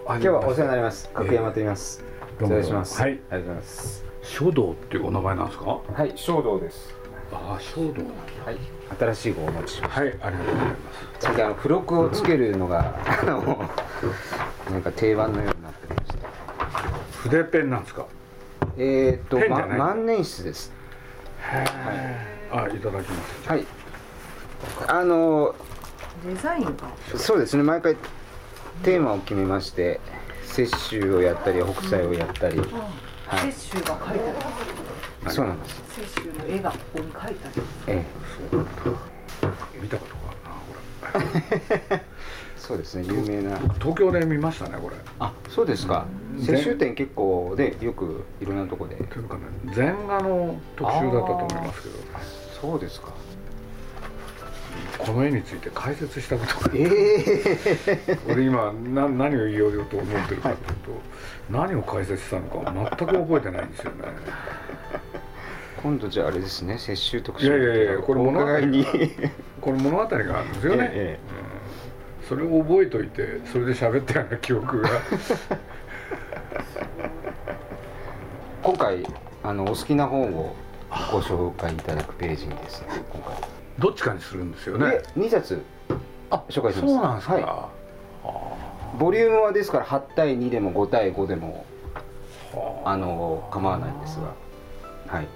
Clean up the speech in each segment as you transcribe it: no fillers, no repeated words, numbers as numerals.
今日はお世話になります。角山と言います。 どうも失礼します。 はい、 ありがとうございます。 書道っていうお名前なんですか？ はい、書道です。 ああ、書道。 はい、新しい号をお持ちしました。 はい、ありがとうございます。 最近付録をつけるのがなんか定番のようになってまして。 筆ペンなんですか？ペンじゃない万年筆です。 へえ。あ、いただきます。 はい。 デザインがそうですね。毎回テーマを決めまして、雪舟をやったり北斎をやったり。はい。 雪舟が描いてある。 そうなんです。 雪舟の絵がここに描いてある。 ええ。 見たことがあるな、これ。 そうですね。有名な。 東京で見ましたね、これ。 あ、そうですか。雪舟展結構でよくいろんなところで。 というかね、禅画の特集だったと思いますけど。 そうですか。 この絵について解説したことが。俺今何を言おうと思ってるかというと、何を解説したのか全く覚えてないんですよね。 今度じゃああれですね、雪舟特集。 いやこれ物語にこれ物語があるんですよね。それを覚えといてそれで喋ったような記憶が。 今回お好きな本をご紹介いただくページにですね、今回どっちかにするんですよね。 2冊紹介します。 そうなんですか。 はい、ボリュームはですから8対2でも5対5でも構わないんですが、はい。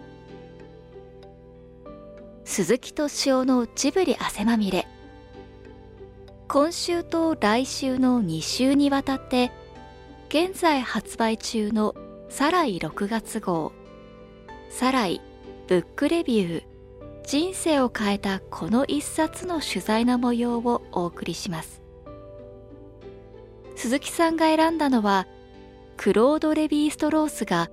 鈴木敏夫のジブリ汗まみれ。今週と来週の2週にわたって現在発売中のサライ6月号、サライブックレビュー、人生を変えたこの一冊の取材の模様をお送りします。鈴木さんが選んだのは、クロード・レヴィ=ストロースが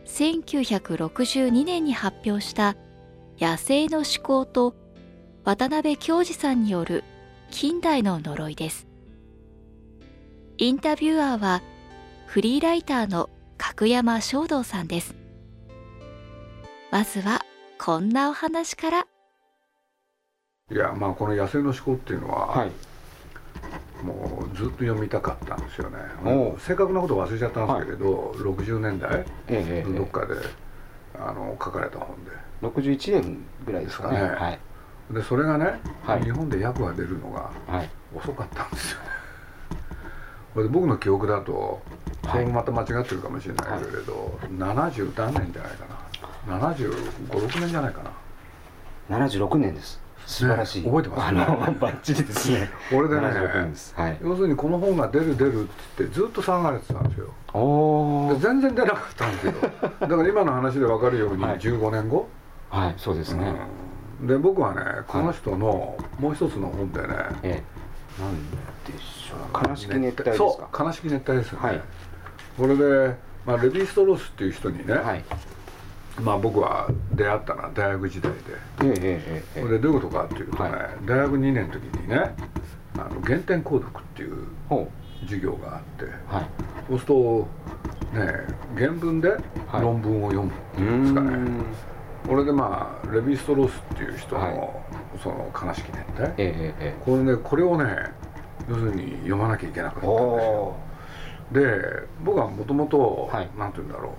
1962年に発表した野生の思考と渡辺京二さんによる近代の呪いです。インタビュアーはフリーライターの角山正道さんです。まずはこんなお話から。 いや、まあこの野生の思考っていうのは、 はい、 もうずっと読みたかったんですよね。正確なこと忘れちゃったんですけれど、60年代どっかで書かれた本で 61年ぐらいですかね。はい。 でそれがね、 はい、 日本で訳が出るのがはい、 遅かったんですよね。これで僕の記憶だと、それもまた間違ってるかもしれないけれど、70何年じゃないかな、75、6年じゃないかな。 76年です。素晴らしい。 覚えてますね。 バッチリですね。 これでね、要するにこの本が出るって言ってずっと騒がれてたんですよ。で全然出なかったんですよ。だから今の話で分かるように15年後。 はい、そうですね。 で僕はね、この人のもう一つの本でね、 何でしょう、悲しき熱帯ですか。 そう、悲しき熱帯ですよね。これで、レヴィ=ストロースっていう人にね、まあ僕は出会ったのは大学時代で、これでどういうことかっていうとね、大学2年の時にね、原点購読っていう授業があって、そうするとね、原文で論文を読むっていうんですかね。これでまあレヴィ=ストロースっていう人のその悲しき熱帯、これをね、要するに読まなきゃいけなかったんですよ。で僕はもともとなんていうんだろ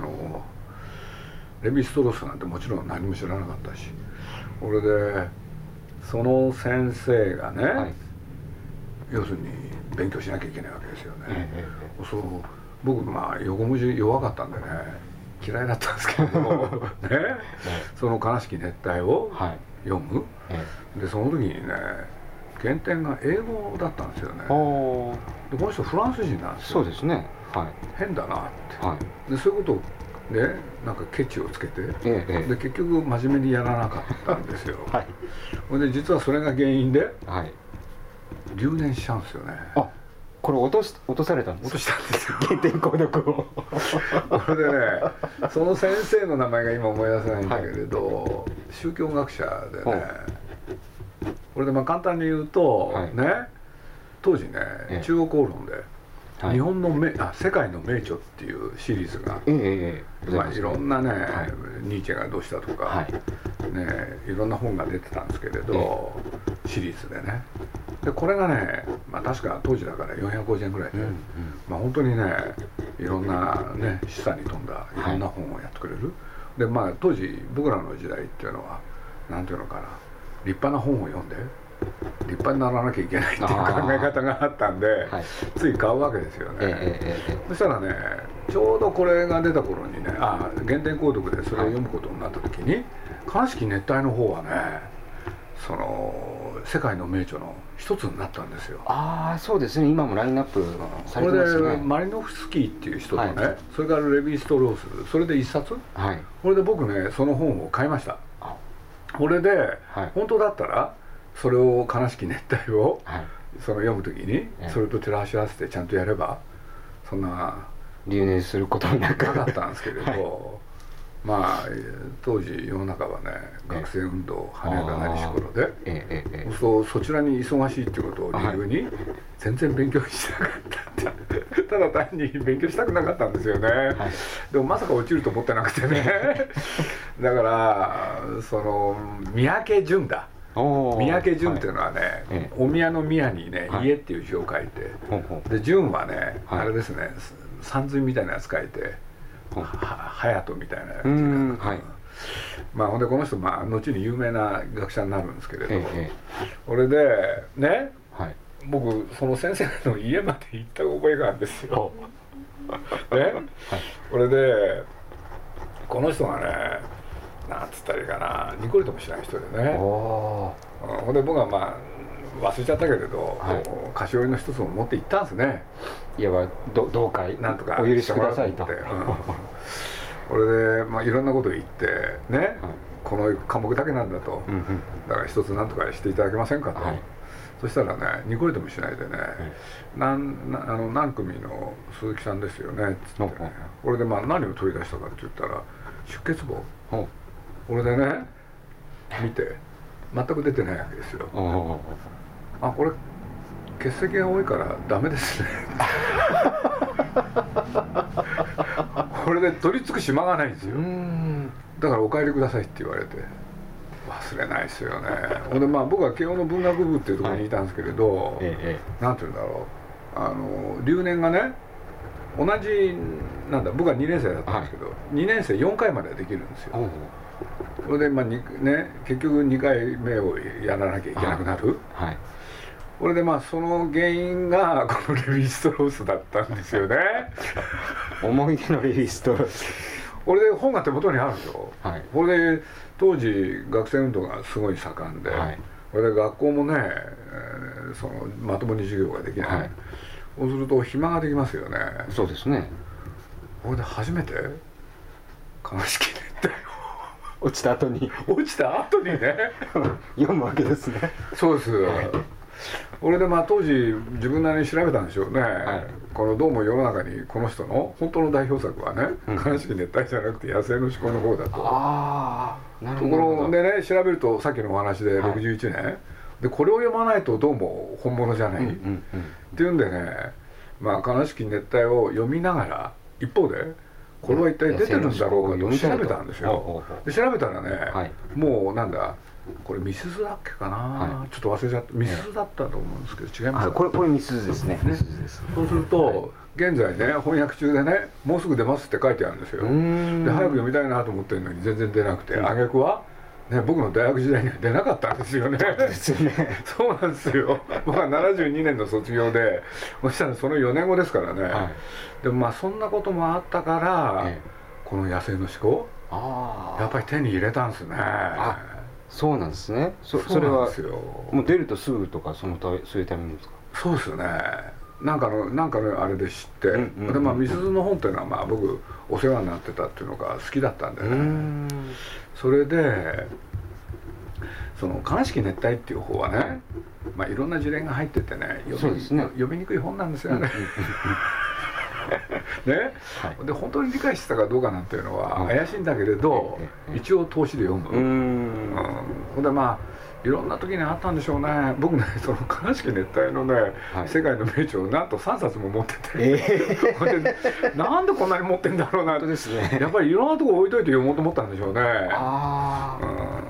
う、レヴィ=ストロースなんてもちろん何も知らなかったし、これでその先生がね、要するに勉強しなきゃいけないわけですよね。そう僕まあ横文字弱かったんでね、嫌いだったんですけどね、その悲しき熱帯を読む。でその時にね、原点が英語だったんですよね。でこの人フランス人なんですよ。 そうですね。 変だなって。でそういうことをね、なんかケチをつけて、で結局真面目にやらなかったんですよ。で実はそれが原因で留年しちゃうんですよね。 これ落とされたんです。 落としたんですよ、 原点購読を。 これでね、その先生の名前が今思い出せないんだけれど、宗教学者でね、これでまあ簡単に言うとね、当時ね、中国公論で日本の世界の名著っていうシリーズが、いろんなね、ニーチェがどうしたとかね、いろんな本が出てたんですけれど、シリーズでね、 でこれがね、まあ、確か当時だから450円ぐらいで、まあ本当にねいろんなね示唆に富んだいろんな本をやってくれる、でまあ当時僕らの時代っていうのは何ていうのかな、立派な本を読んで立派にならなきゃいけないっていう考え方があったんで、つい買うわけですよね。そしたらねちょうどこれが出た頃にね、原点購読でそれを読むことになった時に「悲しき熱帯」の方はねその世界の名著の一つになったんですよ。 ああそうですね、今もラインナップされてますね。 これでマリノフスキーっていう人とね、それからレヴィ・ストロース、それで一冊、これで僕ねその本を買いました。これで、本当だったらそれを「悲しき熱帯を」その読む時にそれと照らし合わせてちゃんとやればそんな留年することもなかったんですけれど、まあ当時世の中はね学生運動華やかなりし頃で、そちらに忙しいっていうことを理由に全然勉強しなかったってただ単に勉強したくなかったんですよね。でもまさか落ちると思ってなくてねだからその三宅淳だ、三宅淳っていうのはね、お宮の宮にね家っていう字を書いて、で淳はねあれですね、さんずいみたいなやつ書いて隼人みたいなやつ、まあほんでこの人まあ後に有名な学者になるんですけれど、これでね、僕その先生の家まで行った覚えがあるんですよ。ね、これでこの人がねなんつったらいいかな、にこりともしない人でね、ほんで僕はまあ忘れちゃったけれど、菓子折りの一つも持って行ったんですね。 いわば同会なんとかお許しくださいと。 これで、まあ、いろんなこと言ってね、この科目だけなんだと、だから一つなんとかしていただけませんかと、そしたらねにこりともしないでね、何組の鈴木さんですよねっつってね、これでまあ何を取り出したかって言ったら出血簿、これでね見て全く出てないわけですよ。あ、これ結石が多いからダメですねこれで取り付く島がないんですよ。だからお帰りくださいって言われて忘れないですよね。ほんでまあ僕は慶応の文学部っていうところにいたんですけれど、なんていうんだろう、留年がね同じなんだ、僕は2年生だったんですけど、2年生4回までできるんですよ。それでまあね結局2回目をやらなきゃいけなくなる。これでまあその原因がこのレヴィ・ストロースだったんですよね思い出のレヴィ・ストロース。 これで本が手元にあるでしょ。これで当時学生運動がすごい盛んで、これで学校もね、そのまともに授業ができない、そうすると暇ができますよね。 そうですね。 これで初めて悲しき熱帯を落ちた後にね読むわけですね。 そうです。これでまあ当時自分なりに調べたんでしょうね、このどうも世の中にこの人の本当の代表作はね「悲しき熱帯」じゃなくて「野生の思考」の方だと。ところでね調べるとさっきのお話で61年、でこれを読まないとどうも本物じゃないっていうんでね、まあ「悲しき熱帯」を読みながら一方でこれは一体出てるんだろうかと調べたんですよ。で調べたらね、もうなんだこれミスズだっけかな、ちょっと忘れちゃった。ミスズだったと思うんですけど違いますか。 これミスズですね。 そうすると現在ね翻訳中でねもうすぐ出ますって書いてあるんですよ。で早く読みたいなと思ってるのに全然出なくて、挙句はね僕の大学時代には出なかったんですよね。そうなんですよ。僕は72年の卒業で、そしたらその4年後ですからね。でもまあそんなこともあったからこの野生の思考やっぱり手に入れたんですね。 そうなんですね。それはもう出るとすぐとかそういうタイミングですか。 そうですね。なんかのあれで知って、でまあみすゞの本っていうのはまあ僕お世話になってたっていうのが好きだったんでね。それでその「悲しき熱帯」っていう方はね、まあいろんな事例が入っててね読みにくい本なんですよね。ね、で本当に理解してたかどうかなんていうのは怪しいんだけれど、一応通しで読む。ほんでまあいろんな時にあったんでしょうね。僕ねその「悲しき熱帯」のね、世界の名著をなんと3冊も持ってて、なんでこんなに持ってんだろうなって、やっぱりいろんなとこ置いといて読もうと思ったんでしょうね。で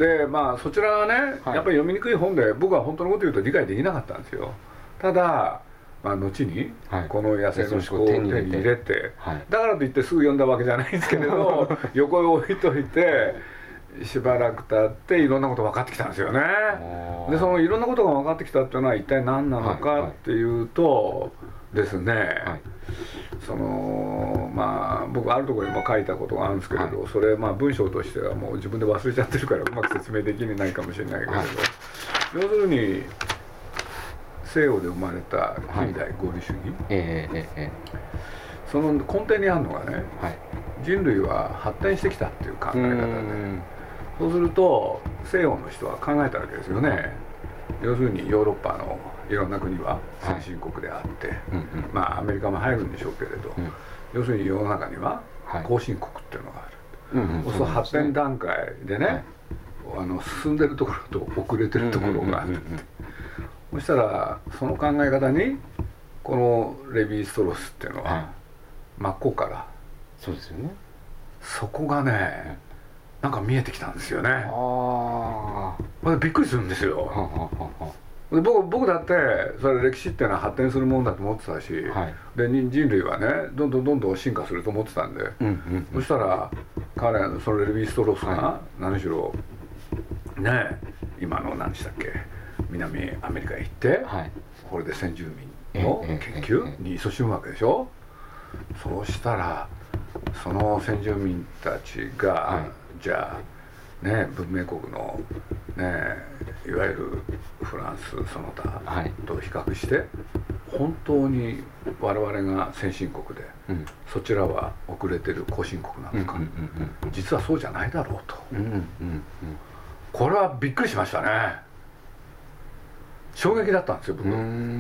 でまあそちらはね、やっぱり読みにくい本で僕は本当のこと言うと理解できなかったんですよ。ただまあ後にこの野生の思考を手に入れて、だからといってすぐ読んだわけじゃないんですけれど横に置いといてしばらく経っていろんなこと分かってきたんですよね。でそのいろんなことが分かってきたっていうのは一体何なのかっていうとですね、そのまあ僕あるところにも書いたことがあるんですけれど、それまあ文章としてはもう自分で忘れちゃってるからうまく説明できないかもしれないけれど、要するに西洋で生まれた近代合理主義、その根底にあるのがね、人類は発展してきたっていう考え方で、そうすると西洋の人は考えたわけですよね。要するにヨーロッパのいろんな国は先進国であって、まあアメリカも入るんでしょうけれど、要するに世の中には後進国っていうのがある。そうすると発展段階でね、進んでるところと遅れてるところがあるって。そしたらその考え方にこのレヴィ・ストロースっていうのは真っ向からそうですよね。 そこがねなんか見えてきたんですよね。びっくりするんですよ。で僕だってそれ歴史っていうのは発展するもんだと思ってたし、で人類はねどんどん進化すると思ってたんで、そしたら彼そのレヴィ・ストロースが何しろね今の何でしたっけ南アメリカへ行って、これで先住民の研究に勤しむわけでしょ。そうしたらその先住民たちが、じゃあね文明国のねいわゆるフランスその他と比較して、本当に我々が先進国で、そちらは遅れてる後進国なのか、実はそうじゃないだろうと、これはびっくりしましたね。衝撃だったんですよ僕。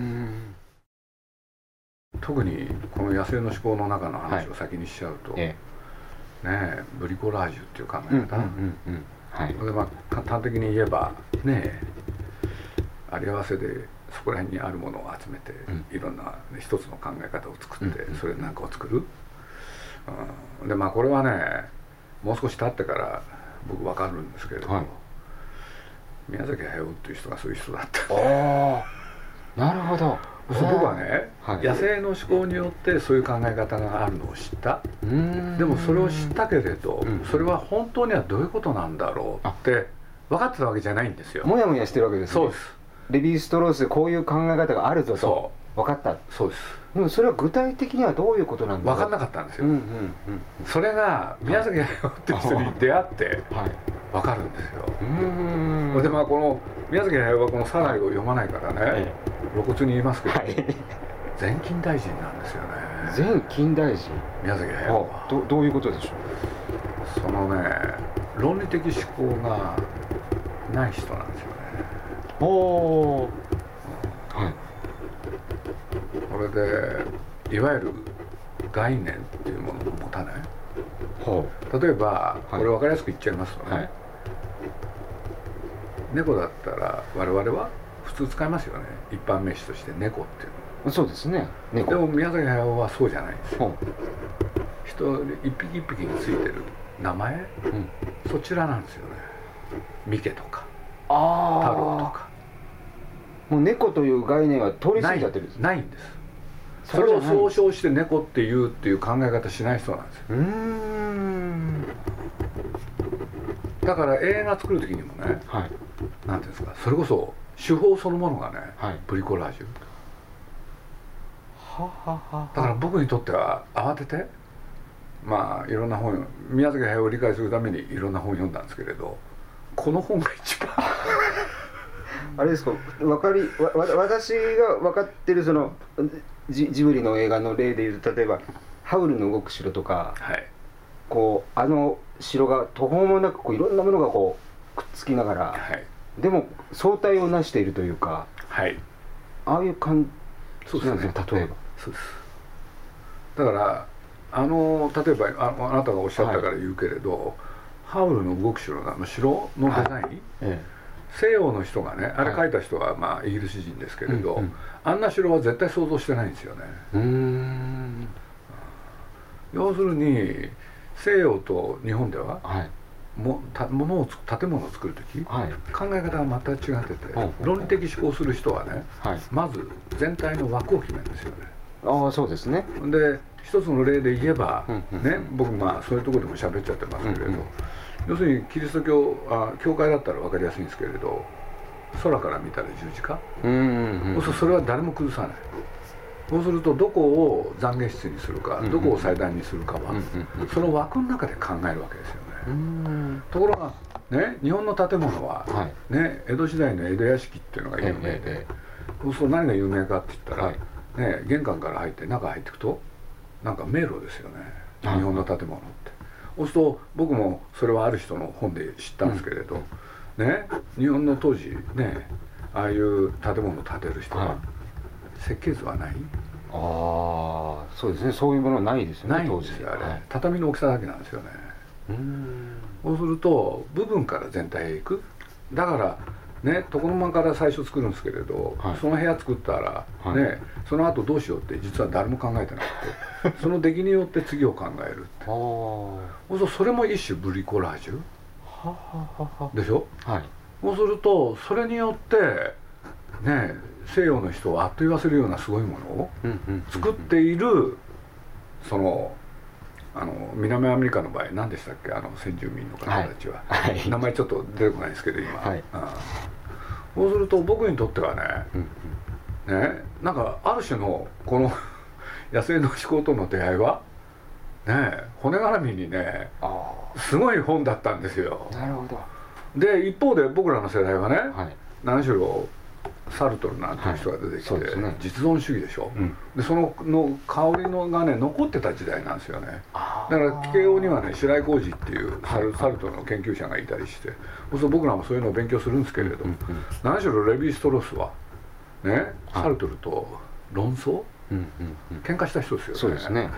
特にこの野生の思考の中の話を先にしちゃうと、ねブリコラージュっていう考え方、でまあ端的に言えばねあり合わせでそこら辺にあるものを集めて、いろんな一つの考え方を作って、それで何かを作る、でまあこれはねもう少し経ってから僕分かるんですけれども、宮崎駿っていう人がそういう人だった。 なるほど。 僕はね、野生の思考によってそういう考え方があるのを知った。でもそれを知ったけれど、それは本当にはどういうことなんだろうって分かってたわけじゃないんですよ。 もやもやしてるわけですね。 そうです。 レヴィ・ストロースでこういう考え方があるぞと分かった。 そうです。 でもそれは具体的にはどういうことなんだろう。 分かんなかったんですよ。それが宮崎駿っていう人に出会って分かるんですよ。でまあこの宮崎駿はこの「サライ」を読まないからね、露骨に言いますけど、前近代人なんですよね。 前近代人。 宮崎駿はどういうことでしょう。そのね論理的思考がない人なんですよね。これでいわゆる概念っていうものを持たない。例えばこれ分かりやすく言っちゃいますとね、猫だったら我々は普通使いますよね、一般名詞として猫っていうの。 そうですね。 でも宮崎駿はそうじゃないんですよ。人一匹一匹についてる名前、そちらなんですよね。三毛とか太郎とか。 もう猫という概念は通り過ぎちゃってるんです。 ないんです。それを総称して猫っていう考え方しない人なんですよ。だから映画作る時にもね、なんていうんですか、それこそ手法そのものがね、ブリコラージュ。だから僕にとっては慌ててまあいろんな本、宮崎駿を理解するためにいろんな本を読んだんですけれど、この本が一番あれですか、私が分かってるそのジブリの映画の例でいうと、例えば「ハウルの動く城」とか、こう城が途方もなくこういろんなものがこうくっつきながら、でも相対をなしているというか、ああいう感じなんですね。例えばそうです。だから例えばあなたがおっしゃったから言うけれど、ハウルの動く城の城のデザイン、西洋の人がね、あれ描いた人はまあイギリス人ですけれど、あんな城は絶対想像してないんですよね。要するに西洋と日本では建物を作る時、はい、考え方が全く違ってて、論理的思考する人はね、はい、まず全体の枠を決めるんですよね。 ああそうですね。 で一つの例で言えば、ね、僕そういうところでも喋っちゃってますけれど、要するにキリスト教会だったら分かりやすいんですけれど、空から見たら十字架、それは誰も崩さない。そうするとどこを懺悔室にするか、どこを祭壇にするかは、その枠の中で考えるわけですよね。ところがね、日本の建物は、ね、江戸時代の江戸屋敷っていうのが有名で、そうすると何が有名かって言ったら、ね、玄関から入って中入っていくとなんか迷路ですよね、日本の建物って。そうすると僕もそれはある人の本で知ったんですけれど、ね、日本の当時ね、ああいう建物を建てる人は、設計図はない。 ああそうですね、そういうものはないですよね。 ないんですよあれ、畳の大きさだけなんですよね。そうすると部分から全体へ行く。だからね、床の間から最初作るんですけれど、その部屋作ったら、ね、その後どうしようって実は誰も考えてなくてその出来によって次を考えるって。そうするとそれも一種ブリコラージュでしょ。そうするとそれによってね、西洋の人をあっと言わせるようなすごいものを作っている、その南アメリカの場合何でしたっけ、先住民の方たちは、名前ちょっと出てこないですけど今、そうすると僕にとってはね、なんかある種のこの野生の思考との出会いはね、骨絡みにねすごい本だったんですよ。 なるほど。 で一方で僕らの世代はね、何しろサルトルなんていう人が出てきて、実存主義でしょ、でその香りがね残ってた時代なんですよね。だから慶応にはね白井浩二っていうサルトルの研究者がいたりして、そうすると僕らもそういうのを勉強するんですけれど、何しろレヴィ・ストロースはね、サルトルと論争、喧嘩した人ですよね。 そうですね。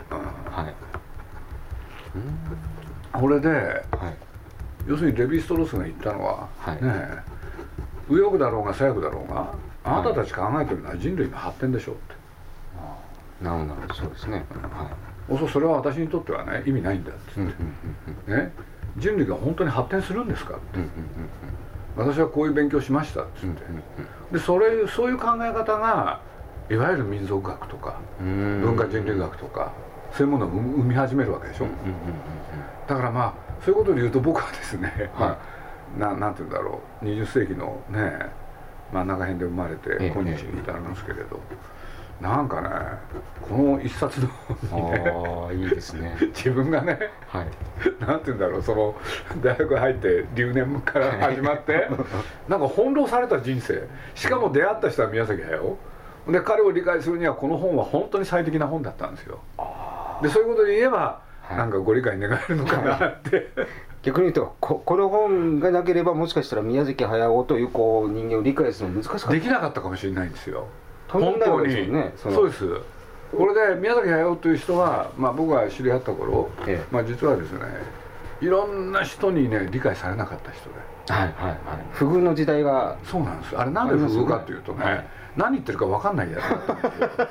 これで要するにレヴィ・ストロースが言ったのはね、右翼だろうが左翼だろうがあなたたち考えてるのは人類の発展でしょって。 なるほど、そうですね。 それは私にとってはね意味ないんだって言ってね、人類が本当に発展するんですかって、私はこういう勉強しましたって言って、でそういう考え方がいわゆる民族学とか文化人類学とかそういうものを生み始めるわけでしょ。だからまあそういうことで言うと僕はですね、なんていうんだろう、20世紀のね真ん中辺で生まれて今日に至るんですけれど、なんかねこの一冊の本にね、 いいですね自分がね、なんていうんだろう、その大学入って留年から始まってなんか翻弄された人生、しかも出会った人は宮崎駿で、彼を理解するにはこの本は本当に最適な本だったんですよ。でそういうことで言えばなんかご理解願えるのかなって逆に言うとこの本がなければもしかしたら宮崎駿という人間を理解するの難しかった、 できなかったかもしれないんですよ。 本当にそうです。これで宮崎駿という人は、僕が知り合った頃、実はですねいろんな人にね理解されなかった人で、 不遇の時代が。 そうなんです。あれなんで不遇かっていうとね、何言ってるか分かんないやつだったん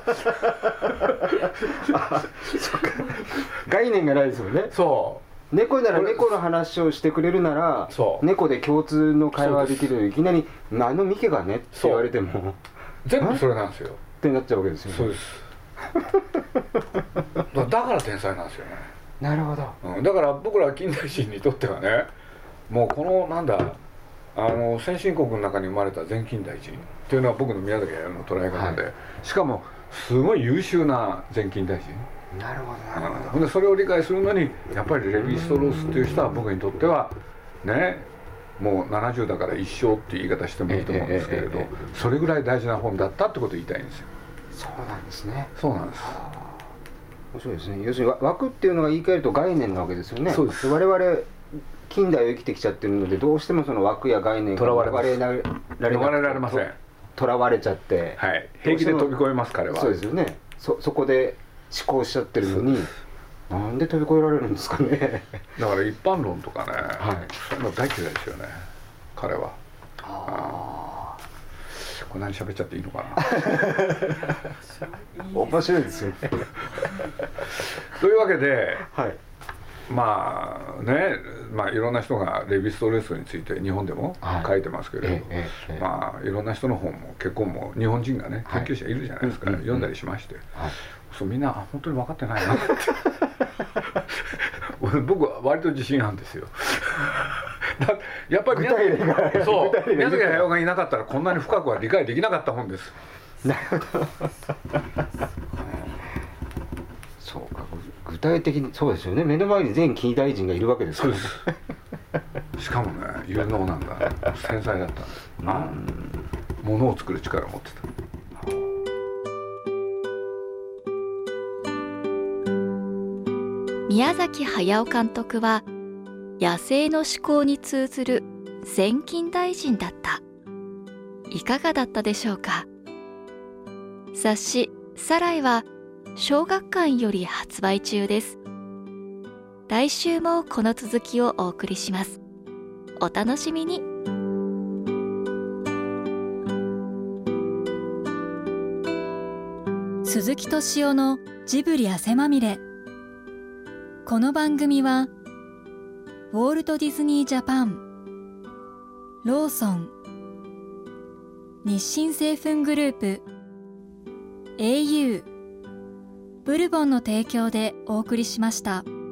ですよ概念がないですよね。猫なら猫の話をしてくれるなら猫で共通の会話できるのに、いきなり「あのミケがね」って言われても全部それなんですよってなっちゃうわけですよね。 そうですだから天才なんですよね。 なるほど。 だから僕ら近代人にとってはね、もうこの先進国の中に生まれた全近代人っていうのは僕の宮崎駿の捉え方で、しかもすごい優秀な全近代人。 なるほどなるほど。 でそれを理解するのにやっぱりレヴィ・ストロースっていう人は僕にとってはね、もう70だから一生っていう言い方してもいいと思うんですけれど、それぐらい大事な本だったってことを言いたいんですよ。 そうなんですね。 そうなんです。 面白いですね。要するに枠っていうのが言い換えると概念なわけですよね。 そうです。 我々近代を生きてきちゃってるので、どうしてもその枠や概念が逃れられません。 とらわれちゃって、 平気で飛び越えます彼は。 そうですよね。そこで思考しちゃってるのに、なんで飛び越えられるんですかね。 だから一般論とかね、そういうの大嫌いですよね彼は。これ何喋っちゃっていいのかな面白いですよねというわけで、まあね、 まあいろんな人がレヴィ・ストレースについて日本でも書いてますけれど、まあいろんな人の本も結構もう日本人がね研究者いるじゃないですか、読んだりしまして、そうみんな本当に分かってないなって僕は割と自信あるんですよ。やっぱり宮崎駿がいなかったらこんなに深くは理解できなかった本です。 なるほど。そうか、具体的にそうですよね。目の前に前近大臣がいるわけですから、ね、 そうです。しかもね有能なんだ、繊細だったんです。物を作る力を持ってた。 宮崎駿監督は野生の思考に通ずる前近大臣だった。いかがだったでしょうか。雑誌「サライ」は小学館より発売中です。来週もこの続きをお送りします。お楽しみに。鈴木敏夫のジブリ汗まみれ。この番組はウォルト・ディズニー・ジャパン、ローソン、日清製粉グループ、au、ブルボンの提供でお送りしました。